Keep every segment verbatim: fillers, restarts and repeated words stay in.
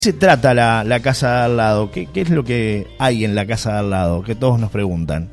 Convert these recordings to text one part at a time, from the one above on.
¿Qué se trata la, la casa de al lado? ¿Qué, ¿Qué es lo que hay en la casa de al lado? Que todos nos preguntan.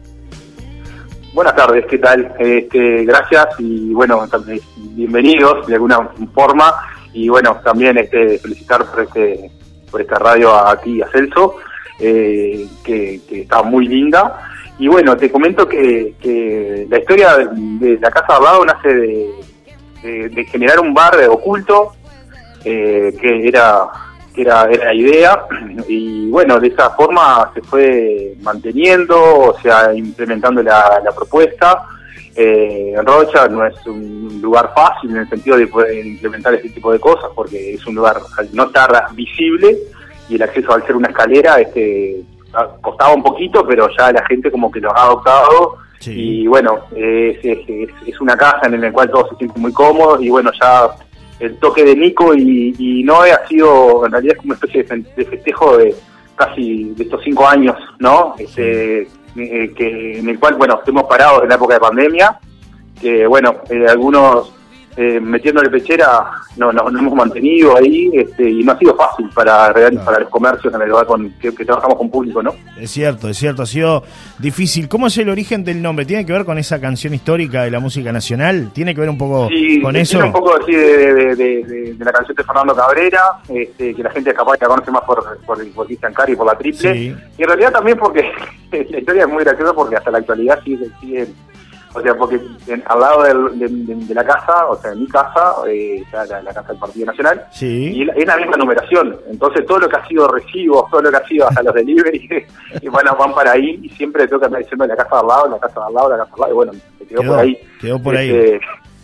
Buenas tardes, ¿qué tal? Este, gracias y bueno, también, bienvenidos de alguna forma y bueno, también este, felicitar por este por esta radio aquí a Celso, eh, que, que está muy linda. Y bueno, te comento que, que la historia de, de la casa de al lado nace de, de, de generar un bar oculto, eh, que era... Era, era la idea, y bueno, de esa forma se fue manteniendo, o sea, implementando la, la propuesta. Eh, Rocha no es un lugar fácil en el sentido de poder implementar este tipo de cosas, porque es un lugar al no estar visible, y el acceso al ser una escalera este costaba un poquito, pero ya la gente como que lo ha adoptado. Sí. Y bueno, es, es, es una casa en la cual todos se sienten muy cómodos, y bueno, ya el toque de Nico y, y Noé ha sido en realidad como una especie de festejo de casi de estos cinco años, ¿no? Este, eh, que en el cual, bueno, estuvimos parados en la época de pandemia, que bueno, eh, algunos eh, metiéndole pechera no, no, nos hemos mantenido ahí, este, y no ha sido fácil para, claro. para los comercios en el lugar con, que, que trabajamos con público, ¿no? Es cierto, es cierto, ha sido difícil. ¿Cómo es el origen del nombre? ¿Tiene que ver con esa canción histórica de la música nacional? ¿Tiene que ver un poco sí, con sí, eso? Sí, un poco así de, de, de, de, de la canción de Fernando Cabrera, este, que la gente capaz la conoce más por, por, por Cristian Cari y por La Triple. Sí. Y en realidad también porque la historia es muy graciosa porque hasta la actualidad sigue, sigue o sea, porque en, al lado del, de, de, de la casa, o sea, en mi casa, eh, está la, la casa del Partido Nacional, sí. Y es la misma numeración. Entonces todo lo que ha sido recibos, todo lo que ha sido hasta los delivery, y bueno, van para ahí, y siempre tengo que andar diciendo la casa de al lado, la casa de al lado, la casa de al lado, y bueno, se quedó, quedó por ahí. Quedó por ahí. Este,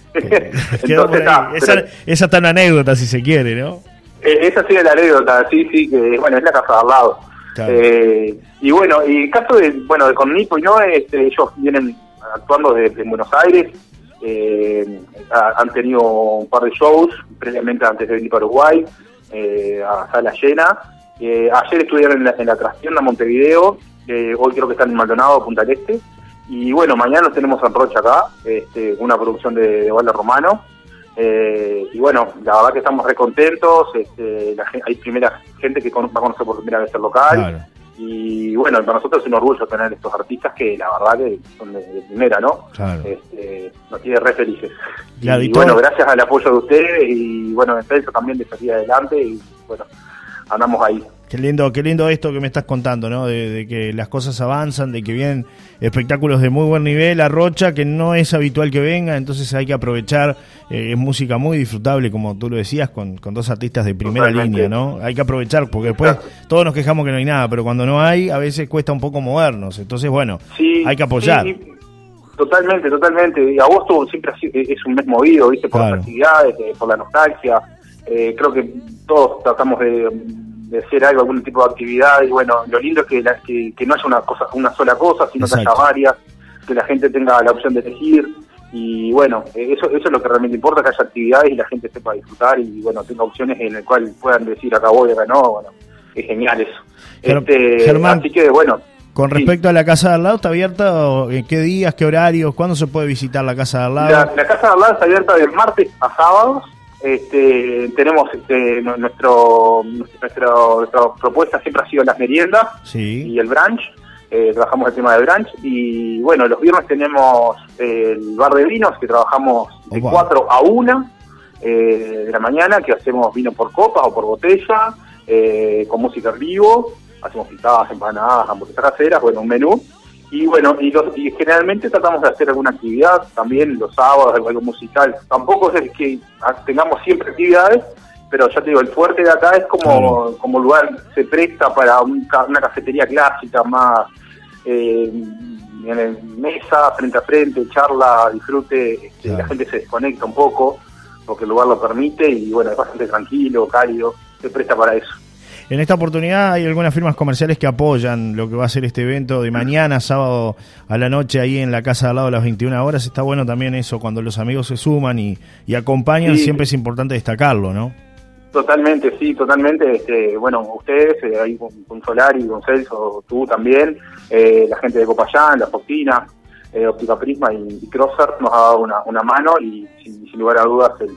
quedó por ahí. Está, esa, pero, esa está una anécdota, si se quiere, ¿no? Eh, esa sí es la anécdota, sí, sí, que bueno, es la casa de al lado. Claro. Eh, y bueno, y el caso de, bueno, de con Nico y no, este, ellos vienen actuando desde de Buenos Aires, eh, ha, han tenido un par de shows previamente antes de venir para Uruguay, eh, a sala llena. Eh, ayer estuvieron en la, en la trastienda Montevideo, eh, hoy creo que están en Maldonado, Punta del Este, y bueno, mañana tenemos en Rocha acá, este, una producción de, de Walter Romano, eh, y bueno, la verdad que estamos re contentos, este, la, hay primera gente que con, va a conocer por primera vez el local. Claro. Y bueno, para nosotros es un orgullo tener estos artistas que la verdad que son de, de primera, ¿no? Claro. Este, nos tiene re felices. Claro, y, y bueno, todo... gracias al apoyo de ustedes y bueno, en Celso también de salir adelante y bueno, andamos ahí. Qué lindo, qué lindo esto que me estás contando, ¿no? De, de que las cosas avanzan, de que vienen espectáculos de muy buen nivel a Rocha, que no es habitual que venga, entonces hay que aprovechar, eh, es música muy disfrutable, como tú lo decías, con, con dos artistas de primera Totalmente. línea, ¿no? Hay que aprovechar, porque después Exacto. todos nos quejamos que no hay nada, pero cuando no hay, a veces cuesta un poco movernos, entonces bueno, sí, hay que apoyar. Sí. Totalmente, totalmente. Y agosto siempre es un mes movido, ¿viste? Por claro. las actividades, por la nostalgia. Eh, creo que todos tratamos de, de hacer algo, algún tipo de actividad. Y bueno, lo lindo es que, la, que, que no haya una cosa, una sola cosa, sino Exacto. que haya varias, que la gente tenga la opción de elegir. Y bueno, eso, eso es lo que realmente importa, que haya actividades y la gente sepa disfrutar y bueno, tenga opciones en las cuales puedan decir acá voy, acá no. Bueno, es genial eso. Ger este, Germán, así que bueno. Con respecto sí. a la casa de al lado, ¿está abierta? ¿En qué días, qué horarios? ¿Cuándo se puede visitar la casa de al lado? La, la casa de al lado está abierta de martes a sábados. Este, tenemos este, nuestro, nuestro nuestra propuesta siempre ha sido las meriendas sí. y el brunch. Eh, trabajamos el tema de brunch. Y bueno, los viernes tenemos el bar de vinos, que trabajamos de oh, wow. cuatro a una eh, de la mañana, que hacemos vino por copas o por botella, eh, con música en vivo. Hacemos picadas, empanadas, hamburguesas caseras, bueno, un menú. Y bueno, y, los, y generalmente tratamos de hacer alguna actividad, también los sábados, algo, algo musical. Tampoco es que tengamos siempre actividades, pero ya te digo, el fuerte de acá es como, claro. como lugar, se presta para un, una cafetería clásica, más eh, en mesa, frente a frente, charla, disfrute, este, claro. la gente se desconecta un poco, porque el lugar lo permite, y bueno, es bastante tranquilo, cálido, se presta para eso. En esta oportunidad hay algunas firmas comerciales que apoyan lo que va a ser este evento de mañana, sábado a la noche, ahí en la casa de al lado a las veintiuna horas. Está bueno también eso, cuando los amigos se suman y, y acompañan, sí. siempre es importante destacarlo, ¿no? Totalmente, sí, totalmente. Este, bueno, ustedes, eh, ahí con, con Solari, con Celso, tú también, eh, la gente de Copayán, La Foctina, eh, Óptica Prisma y, y Crosser nos ha dado una, una mano y sin, sin lugar a dudas el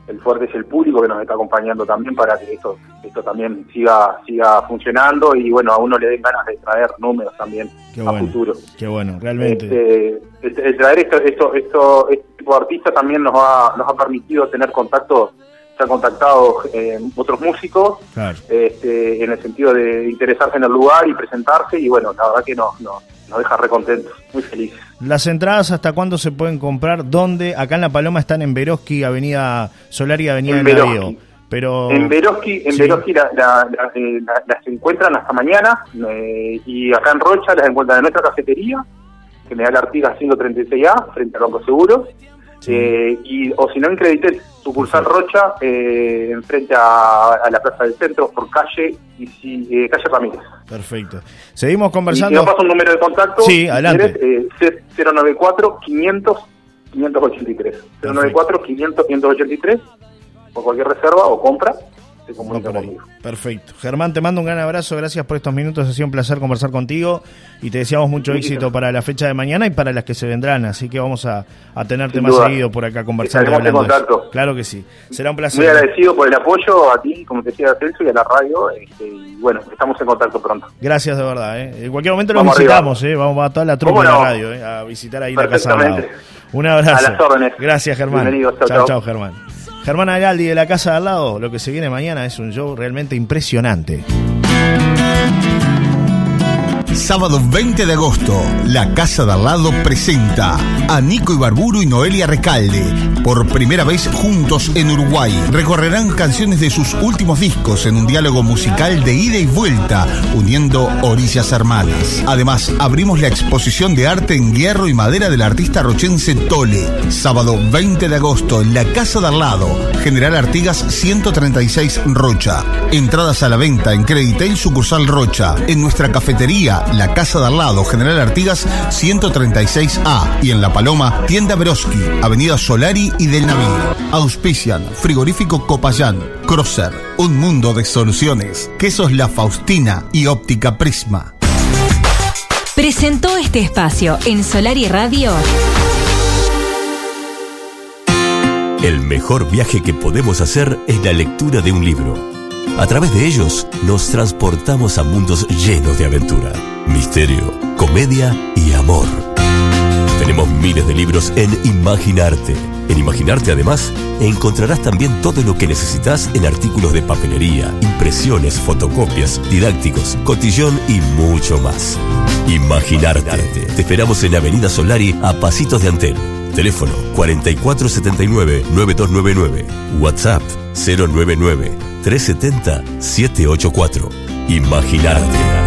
el fuerte es el público que nos está acompañando también para que esto esto también siga siga funcionando y bueno, a uno le den ganas de traer números también qué a bueno, futuro. Qué bueno, realmente. Este, el, el traer esto, esto, esto, este tipo de artistas también nos ha, nos ha permitido tener contacto, se han contactado eh, otros músicos, claro. este, en el sentido de interesarse en el lugar y presentarse y bueno, la verdad que nos, nos, nos deja recontentos, muy felices. ¿Las entradas hasta cuándo se pueden comprar? ¿Dónde? Acá en La Paloma están en Veroski, Avenida Solari, Avenida del Navío. Pero... En Veroski, en sí. Veroski la, la, la, la, las encuentran hasta mañana eh, y acá en Rocha las encuentran en nuestra cafetería, General Artigas ciento treinta y seis A, frente al Banco Seguros. Sí. Eh, y o si no en Creditel, sucursal Rocha, eh, enfrente a, a la Plaza del Centro, por calle y si, eh, calle Ramírez. Perfecto. Seguimos conversando. Y si no pasa un número de contacto, sí, adelante. Si quieres, eh, cero noventa y cuatro, quinientos, quinientos ochenta y tres. cero noventa y cuatro, quinientos, quinientos ochenta y tres, por cualquier reserva o compra. Se comunica no conmigo. Perfecto. Germán, te mando un gran abrazo, gracias por estos minutos, ha sido un placer conversar contigo y te deseamos mucho sí, éxito sí. para la fecha de mañana y para las que se vendrán, así que vamos a, a tenerte Sin más duda. seguido por acá conversando. Estaremos en contacto. Claro que sí, será un placer. Muy agradecido por el apoyo a ti, como te decía Celso, y a la radio, este, y bueno, estamos en contacto pronto. Gracias de verdad, ¿eh? En cualquier momento nos visitamos, ¿eh? Vamos a toda la trupa de no? la radio, ¿eh? A visitar ahí la casa al lado. Un abrazo. A las órdenes. Gracias, Germán. Bienvenidos, chao, chao, chao, Germán. Germán Agaldi de la Casa de al lado, lo que se viene mañana es un show realmente impresionante. Sábado veinte de agosto, La Casa de al lado presenta a Nico Ibarburu y Noelia Recalde. Por primera vez juntos en Uruguay. Recorrerán canciones de sus últimos discos en un diálogo musical de ida y vuelta, uniendo orillas hermanas. Además, abrimos la exposición de arte en hierro y madera del artista rochense Tole. Sábado veinte de agosto, en La Casa de al lado, General Artigas ciento treinta y seis Rocha. Entradas a la venta en Creditel sucursal Rocha, en nuestra cafetería La Casa de al lado, General Artigas ciento treinta y seis A y en La Paloma, Tienda Veroski, Avenida Solari y del Navío. Auspician Frigorífico Copayán, Crosser, un mundo de soluciones, Quesos La Faustina y Óptica Prisma. Presentó este espacio en Solari Radio. El mejor viaje que podemos hacer es la lectura de un libro. A través de ellos nos transportamos a mundos llenos de aventura, misterio, comedia y amor. Tenemos miles de libros en Imaginarte. En Imaginarte, además, encontrarás también todo lo que necesitas en artículos de papelería, impresiones, fotocopias, didácticos, cotillón y mucho más. Imaginarte. Te esperamos en Avenida Solari, a pasitos de Antel. Teléfono cuatro cuatro siete nueve, nueve dos nueve nueve. WhatsApp cero nueve nueve, tres siete cero, siete ocho cuatro. Imaginarte.